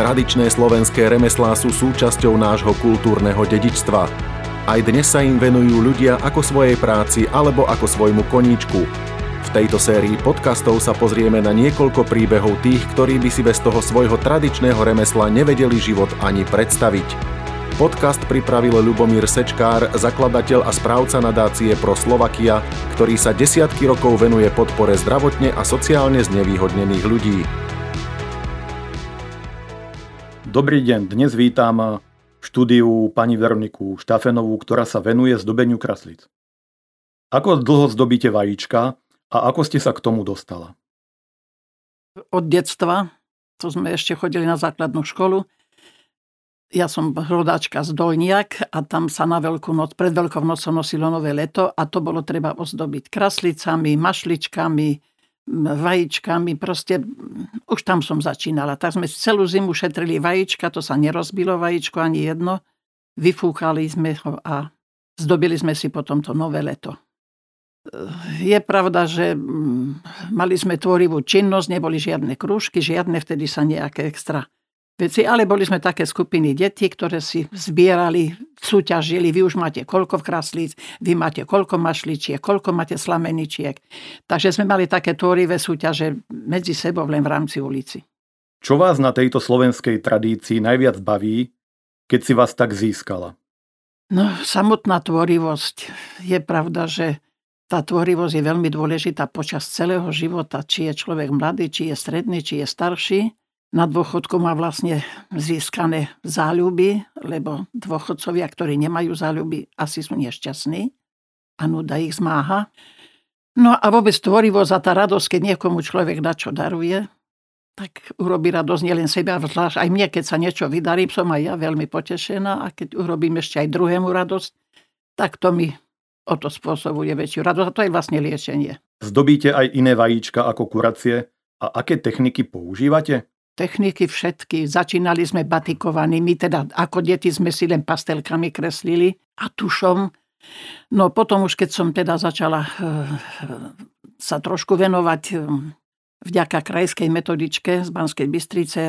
Tradičné slovenské remeslá sú súčasťou nášho kultúrneho dedičstva. Aj dnes sa im venujú ľudia ako svojej práci alebo ako svojmu koníčku. V tejto sérii podcastov sa pozrieme na niekoľko príbehov tých, ktorí by si bez toho svojho tradičného remesla nevedeli život ani predstaviť. Podcast pripravil Ľubomír Sečkár, zakladateľ a správca nadácie Pro Slovakia, ktorý sa desiatky rokov venuje podpore zdravotne a sociálne znevýhodnených ľudí. Dobrý deň, dnes vítam v štúdiu pani Veroniku Štafenovú, ktorá sa venuje zdobeniu kraslíc. Ako dlho zdobíte vajíčka a ako ste sa k tomu dostala? Od detstva, to sme ešte chodili na základnú školu. Ja som rodáčka z Dolniak a tam sa na Veľkú noc, pred Veľkou nocou nosilo nové leto a to bolo treba ozdobiť kraslicami, mašličkami, vajíčkami, proste už tam som začínala. Tak sme celú zimu šetrili vajíčka, to sa nerozbilo vajíčko ani jedno. Vyfúkali sme ho a zdobili sme si potom to nové leto. Je pravda, že mali sme tvorivú činnosť, neboli žiadne krúžky, žiadne vtedy sa nejaké extra veci, ale boli sme také skupiny detí, ktoré si zbierali, súťažili, vy už máte koľko kraslíc, vy máte koľko mašličiek, koľko máte slameničiek. Takže sme mali také tvorivé súťaže medzi sebou len v rámci ulici. Čo vás na tejto slovenskej tradícii najviac baví, keď si vás tak získala? No, samotná tvorivosť. Je pravda, že tá tvorivosť je veľmi dôležitá počas celého života, či je človek mladý, či je stredný, či je starší. Na dôchodku má vlastne získané záľuby, lebo dôchodcovia, ktorí nemajú záľuby, asi sú nešťastní a nuda ich zmáha. No a vôbec tvorivosť a tá radosť, keď niekomu človek dá, čo daruje, tak urobí radosť nielen seba, zvlášť aj mne, keď sa niečo vydarí, som aj ja veľmi potešená a keď urobím ešte aj druhému radosť, tak to mi o to spôsobuje väčšiu radosť a to je vlastne liečenie. Zdobíte aj iné vajíčka ako kuracie a aké techniky používate? Techniky všetky. Začínali sme batikovaní. My teda ako deti sme si len pastelkami kreslili a tušom. No potom už keď som teda začala sa trošku venovať vďaka krajskej metodičke z Banskej Bystrice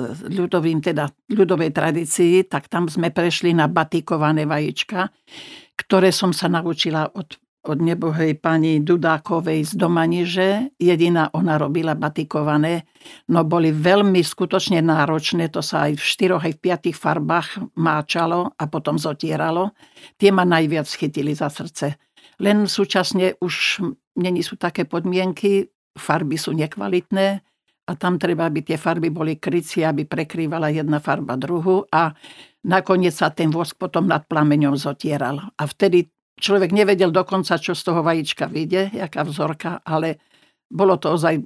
ľudovej tradícii, tak tam sme prešli na batikované vajíčka, ktoré som sa naučila od nebohej pani Dudákovej z Domaniže. Jediná ona robila batikované. No boli veľmi skutočne náročné. To sa aj v 4 aj v 5 farbách máčalo a potom zotieralo. Tie ma najviac chytili za srdce. Len súčasne už není sú také podmienky. Farby sú nekvalitné a tam treba, aby tie farby boli krycie, aby prekrývala jedna farba druhu a nakoniec sa ten vosk potom nad plameňom zotieral. A vtedy človek nevedel dokonca, čo z toho vajíčka vyjde, jaká vzorka, ale bolo to ozaj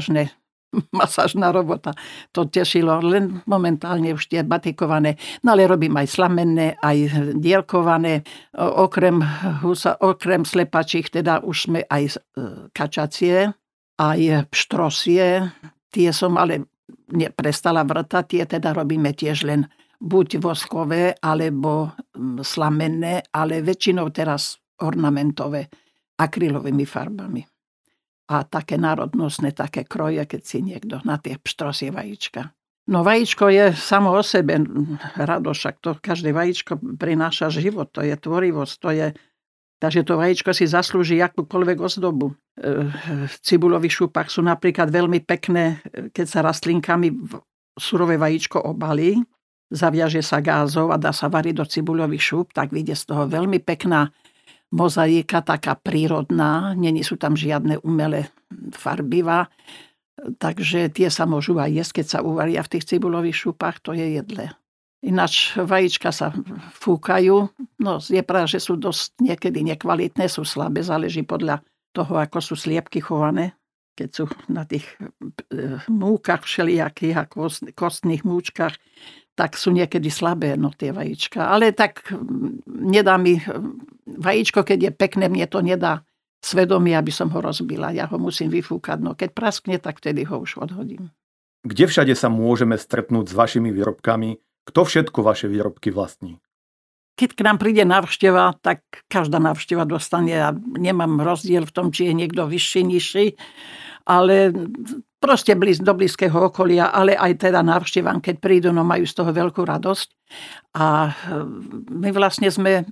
masážna robota. To tešilo, len momentálne už tie batikované. No ale robím aj slamenné, aj dielkované. Okrem slepačích, teda už sme aj kačacie, aj pštrosie. Tie som ale prestala vrtať, tie teda robíme tiež len buď voskové, alebo slamenné, ale väčšinou teraz ornamentové, akrylovými farbami. A také národnostné, také kroje, keď si niekto na tie pštrosie vajíčka. No vajíčko je samo o sebe radosť, však to každé vajíčko prináša život, to je tvorivosť, takže to vajíčko si zaslúži akúkoľvek ozdobu. V cibulových šupách sú napríklad veľmi pekné, keď sa rastlinkami surové vajíčko obalí, zaviaže sa gázov a dá sa variť do cibuľových šúp, tak vyjde z toho veľmi pekná mozaika, taká prírodná. Není sú tam žiadne umelé farbivá. Takže tie sa môžu aj jesť, keď sa uvaria v tých cibuľových šúpach, to je jedlé. Ináč vajíčka sa fúkajú. No je pravda, že sú dosť niekedy nekvalitné, sú slabé, záleží podľa toho, ako sú sliepky chované. Keď sú na tých múkach všelijakých a kostných múčkach, tak sú niekedy slabé tie vajíčka. Ale tak nedá mi vajíčko, keď je pekné, mne to nedá svedomie, aby som ho rozbila. Ja ho musím vyfúkať. No keď praskne, tak vtedy ho už odhodím. Kde všade sa môžeme stretnúť s vašimi výrobkami? Kto všetko vaše výrobky vlastní? Keď k nám príde návšteva, tak každá návšteva dostane a nemám rozdiel v tom, či je niekto vyšší, nižší. ale proste do blízkeho okolia, ale aj teda návštevám, keď prídu, no majú z toho veľkú radosť. A my vlastne sme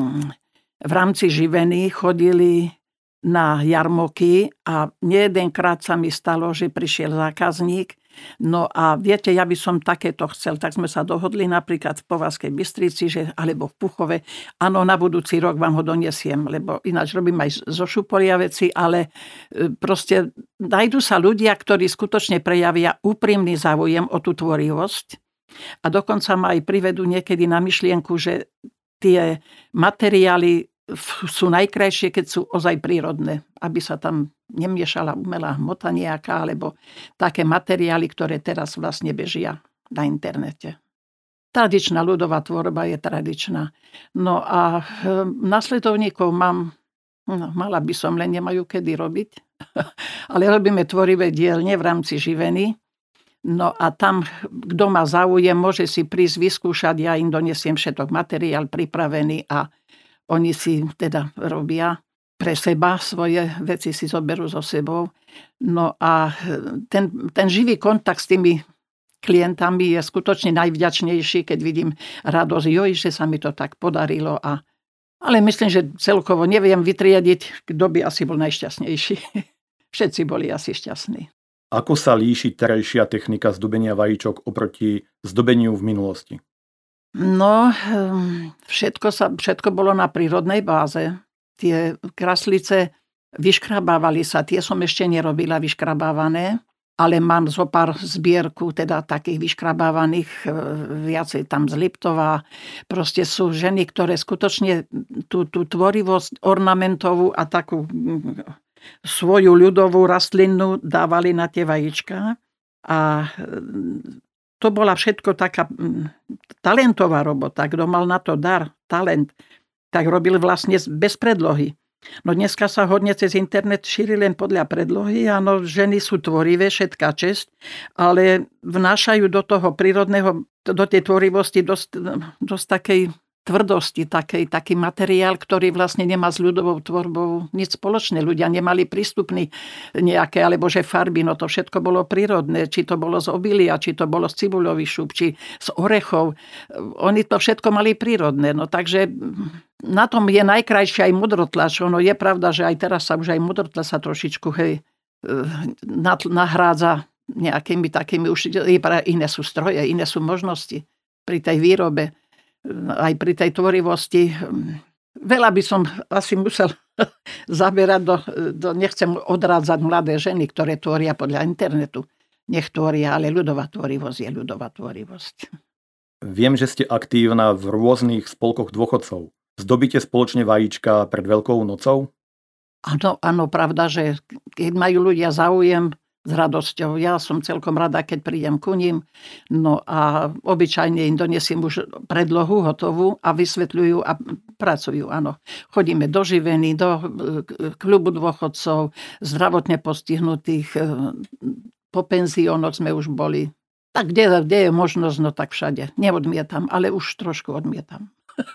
v rámci Živeny chodili na jarmoky a nejedenkrát sa mi stalo, že prišiel zákazník. No a viete, ja by som takéto chcel, tak sme sa dohodli napríklad v Považskej Bystrici, alebo v Puchove, áno, na budúci rok vám ho donesiem, lebo ináč robím aj zo šuporia veci, ale proste nájdu sa ľudia, ktorí skutočne prejavia úprimný záujem o tú tvorivosť a dokonca ma aj privedú niekedy na myšlienku, že tie materiály sú najkrajšie, keď sú ozaj prírodné, aby sa tam nemiešala umelá hmota nejaká, alebo také materiály, ktoré teraz vlastne bežia na internete. Tradičná ľudová tvorba je tradičná. No a nasledovníkov mám, mala by som, len nemajú kedy robiť, ale robíme tvorivé dielne v rámci Živeny. No a tam, kto má záujem, môže si prísť vyskúšať, ja im donesiem všetok materiál pripravený a oni si teda robia pre seba, svoje veci si zoberú so sebou. No a ten živý kontakt s tými klientami je skutočne najvďačnejší, keď vidím radosť, že sa mi to tak podarilo. Ale myslím, že celkovo neviem vytriediť, kto by asi bol najšťastnejší. Všetci boli asi šťastní. Ako sa líši terajšia technika zdobenia vajíčok oproti zdobeniu v minulosti? No, všetko bolo na prírodnej báze. Tie kraslice vyškrabávali sa, tie som ešte nerobila vyškrabávané, ale mám zopár zbierku, teda takých vyškrabávaných, viacej tam z Liptova. Proste sú ženy, ktoré skutočne tú tvorivosť ornamentovú a takú svoju ľudovú rastlinu dávali na tie vajíčka. A to bola všetko taká talentová robota. Kto mal na to dar, talent, tak robil vlastne bez predlohy. No dneska sa hodne cez internet šíri len podľa predlohy. Áno, ženy sú tvorivé, všetká česť, ale vnášajú do toho prírodného, do tej tvorivosti dosť takej tvrdosti, taký materiál, ktorý vlastne nemá s ľudovou tvorbou nič spoločné. Ľudia nemali prístupný nejaké, alebo že farby, no to všetko bolo prírodné, či to bolo z obilia, či to bolo z cibuľových šúb, či z orechov. Oni to všetko mali prírodné. No takže na tom je najkrajšia aj mudrotlač. Ono je pravda, že aj teraz sa už aj mudrotlač sa trošičku nahrádza nejakými takými, už iné sú stroje, iné sú možnosti pri tej výrobe. Aj pri tej tvorivosti. Veľa by som asi musel zaberať nechcem odrádzať mladé ženy, ktoré tvoria podľa internetu. Nech tvoria, ale ľudová tvorivosť je ľudová tvorivosť. Viem, že ste aktívna v rôznych spolkoch dôchodcov. Zdobíte spoločne vajíčka pred Veľkou nocou? Áno, pravda, že keď majú ľudia záujem, s radosťou. Ja som celkom rada, keď prídem ku ním. No a obyčajne im donesiem už predlohu hotovú a vysvetľujú a pracujú. Áno. Chodíme do Živeny, do klubu dôchodcov, zdravotne postihnutých, po penziónoch sme už boli. Tak kde je možnosť, no tak všade. Neodmietam, ale už trošku odmietam.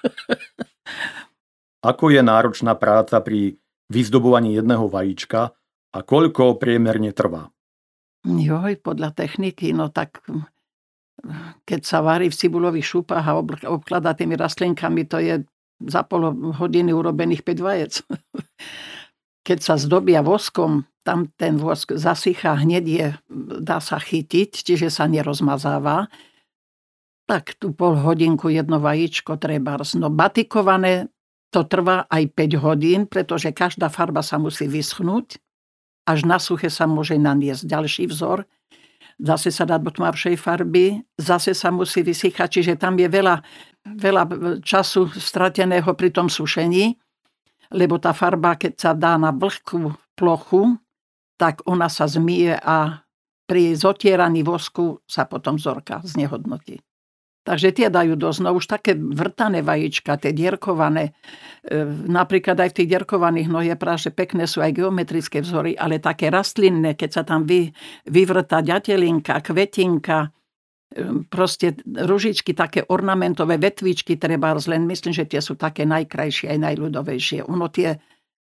Ako je náročná práca pri vyzdobovaní jedného vajíčka a koľko priemerne trvá? Podľa techniky, no tak keď sa varí v cibuľových šupách a obkladá tými rastlinkami, to je za pol hodiny urobených 5 vajec. Keď sa zdobia voskom, tam ten vosk zasychá hneď, dá sa chytiť, čiže sa nerozmazáva. Tak tú pol hodinku jedno vajíčko trebárs. No batikované to trvá aj 5 hodín, pretože každá farba sa musí vyschnúť. Až na suché sa môže naniesť ďalší vzor. Zase sa dá do tmavšej farby, zase sa musí vysychať, čiže tam je veľa času strateného pri tom sušení, lebo tá farba, keď sa dá na vlhkú plochu, tak ona sa zmije a pri zotieraní vosku sa potom vzorka znehodnotí. Takže tie dajú dosť. No už také vrtané vajíčka, tie dierkované, napríklad aj v tých dierkovaných, no je práve, že pekné sú aj geometrické vzory, ale také rastlinné, keď sa tam vyvrtá ďatelinka, kvetinka, proste ružičky, také ornamentové vetvičky trebárs, len myslím, že tie sú také najkrajšie aj najľudovejšie. Ono tie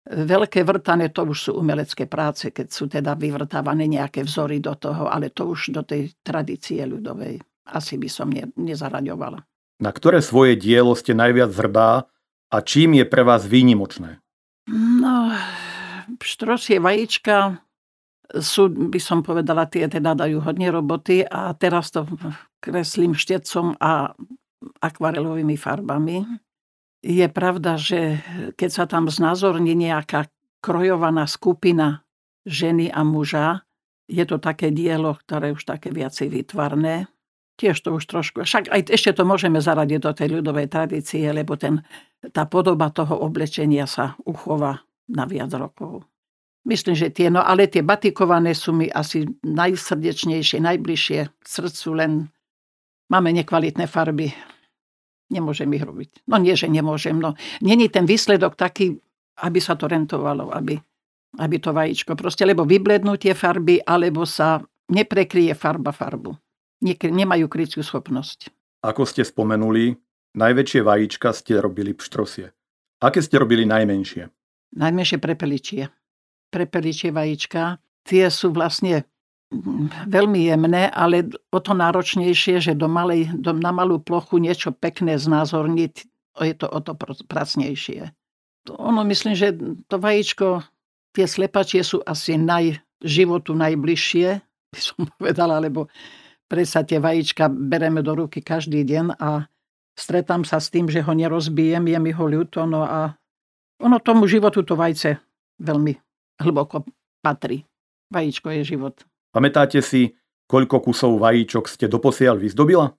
Veľké vrtanie, to už sú umelecké práce, keď sú teda vyvrtávané nejaké vzory do toho, ale to už do tej tradície ľudovej asi by som nezaraďovala. Na ktoré svoje dielo ste najviac hrdá a čím je pre vás výnimočné? No, štrosie vajíčka sú, by som povedala, tie teda dajú hodne roboty a teraz to kreslím štecom a akvarelovými farbami. Je pravda, že keď sa tam znázorní nejaká krojovaná skupina ženy a muža, je to také dielo, ktoré už také viacej výtvarné. Tiež to už trošku, však aj ešte to môžeme zaradiť do tej ľudovej tradície, lebo tá podoba toho oblečenia sa uchová na viac rokov. Myslím, že ale tie batikované sú mi asi najsrdečnejšie, najbližšie k srdcu, len máme nekvalitné farby. Nemôžem ich robiť. No nie, že nemôžem. No, není ten výsledok taký, aby sa to rentovalo, aby to vajíčko proste, lebo vyblednú tie farby, alebo sa neprekryje farba farbu. Nemajú kryciu schopnosť. Ako ste spomenuli, najväčšie vajíčka ste robili pštrosie. Aké ste robili najmenšie? Najmenšie prepeličie vajíčka. Tie sú vlastne veľmi jemné, ale o to náročnejšie, že na malú plochu niečo pekné znázorniť, je to o to pracnejšie. Ono, myslím, že to vajíčko, tie slepačie sú asi životu najbližšie, by som povedala, lebo predsa tie vajíčka bereme do ruky každý deň a stretám sa s tým, že ho nerozbijem, je mi ho ľúto, no a ono tomu životu to vajce veľmi hlboko patrí. Vajíčko je život. Pamätáte si, koľko kusov vajíčok ste doposiaľ vyzdobila?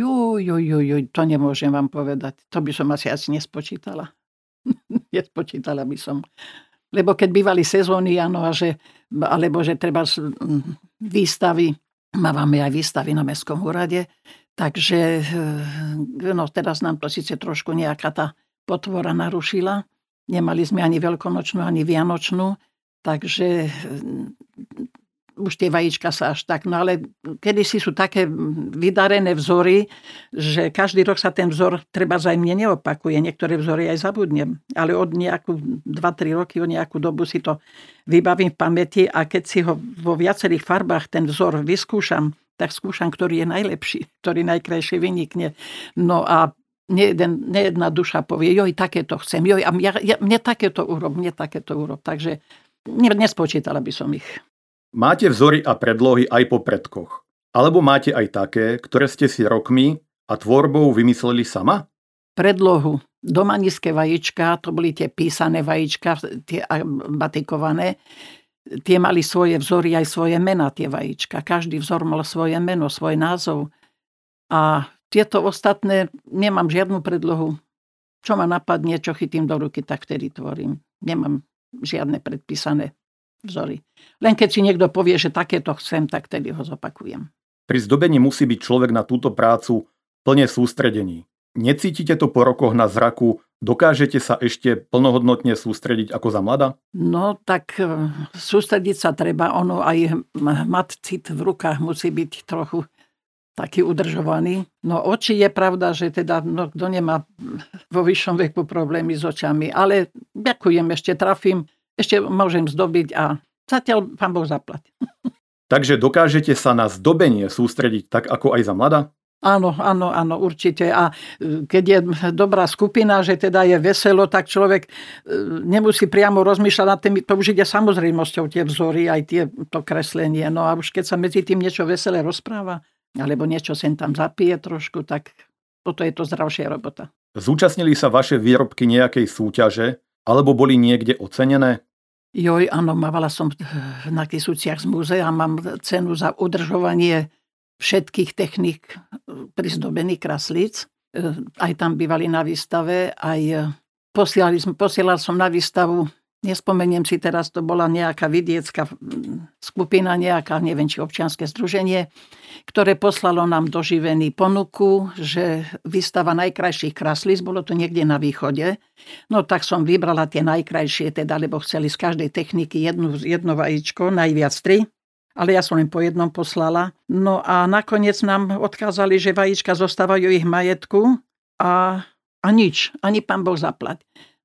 To nemôžem vám povedať. To by som asi nespočítala. Nespočítala by som. Lebo keď bývali sezóny, áno, alebo že treba výstavy, máme aj výstavy na Mestskom úrade, takže no, teraz nám to síce trošku nejaká tá potvora narušila. Nemali sme ani veľkonočnú, ani vianočnú, takže už tie vajíčka sa až tak, no ale kedysi sú také vydarené vzory, že každý rok sa ten vzor treba vzájomne neopakuje. Niektoré vzory aj zabudnem, ale od nejakú 2-3 roky, od nejakú dobu si to vybavím v pamäti a keď si ho vo viacerých farbách ten vzor vyskúšam, tak skúšam, ktorý je najlepší, ktorý najkrajšie vynikne. No a nejedna duša povie, joj, takéto chcem, joj, a mne takéto urob. Takže nespočítala by som ich. Máte vzory a predlohy aj po predkoch? Alebo máte aj také, ktoré ste si rokmi a tvorbou vymysleli sama? Predlohu, domanické vajíčka, to boli tie písané vajíčka, tie batikované, tie mali svoje vzory aj svoje mená, tie vajíčka. Každý vzor mal svoje meno, svoj názov. A tieto ostatné, nemám žiadnu predlohu. Čo ma napadne, čo chytím do ruky, tak vtedy tvorím. Nemám žiadne predpísané vzory. Len keď si niekto povie, že takéto chcem, tak tedy ho zopakujem. Pri zdobení musí byť človek na túto prácu plne sústredený. Necítite to po rokoch na zraku? Dokážete sa ešte plnohodnotne sústrediť ako za mladá? No tak sústrediť sa treba. Ono aj mať cit v rukách musí byť trochu taký udržovaný. No oči je pravda, že teda kto nemá vo vyššom veku problémy s očami. Ale ďakujem, ešte trafím. Ešte môžem zdobiť a zatiaľ pán Boh zaplať. Takže dokážete sa na zdobenie sústrediť tak ako aj za mladá? Áno, určite. A keď je dobrá skupina, že teda je veselo, tak človek nemusí priamo rozmýšľať nad tým, to už ide samozrejmosťou tie vzory, aj to kreslenie. No a už keď sa medzi tým niečo veselé rozpráva, alebo niečo sem tam zapije trošku, tak toto je to zdravšia robota. Zúčastnili sa vaše výrobky nejakej súťaže, alebo boli niekde ocenené? Joj, áno, mávala som na Kysuciach z múzea, mám cenu za udržovanie všetkých techník pri zdobení kraslíc. Aj tam bývali na výstave, aj posielal som na výstavu, nespomeniem si teraz, to bola nejaká vidiecká skupina, neviem, či občianske združenie, ktoré poslalo nám doživený ponuku, že výstava najkrajších kraslíc, bolo to niekde na východe. No tak som vybrala tie najkrajšie, teda, lebo chceli z každej techniky jedno vajíčko, najviac 3. Ale ja som len po jednom poslala. No a nakoniec nám odkázali, že vajíčka zostávajú ich majetku a nič, ani pán Boh zaplať.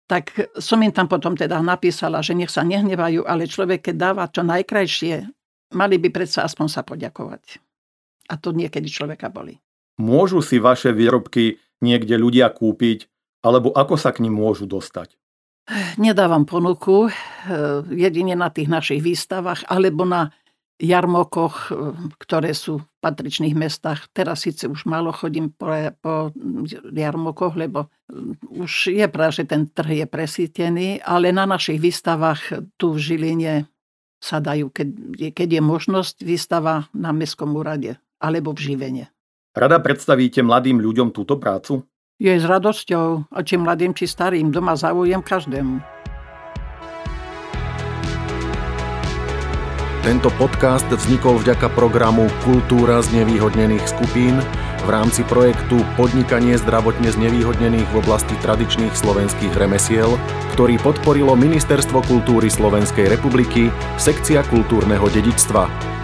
Tak som im tam potom teda napísala, že nech sa nehnevajú, ale človek, keď dáva čo najkrajšie, mali by predsa aspoň sa poďakovať. A to niekedy človeka bolí. Môžu si vaše výrobky niekde ľudia kúpiť, alebo ako sa k nim môžu dostať? Nedávam ponuku, jedine na tých našich výstavách, alebo na jarmokoch, ktoré sú v patričných mestách. Teraz síce už málo chodím po jarmokoch, lebo už je pravda, že ten trh je presýtený, ale na našich výstavách tu v Žiline sa dajú, keď je možnosť, výstava na Mestskom úrade alebo v Živene. Rada predstavíte mladým ľuďom túto prácu? Je s radosťou, a či mladým, či starým, doma záujem každému. Tento podcast vznikol vďaka programu Kultúra znevýhodnených skupín v rámci projektu Podnikanie zdravotne znevýhodnených v oblasti tradičných slovenských remesiel, ktorý podporilo Ministerstvo kultúry Slovenskej republiky, sekcia kultúrneho dedičstva.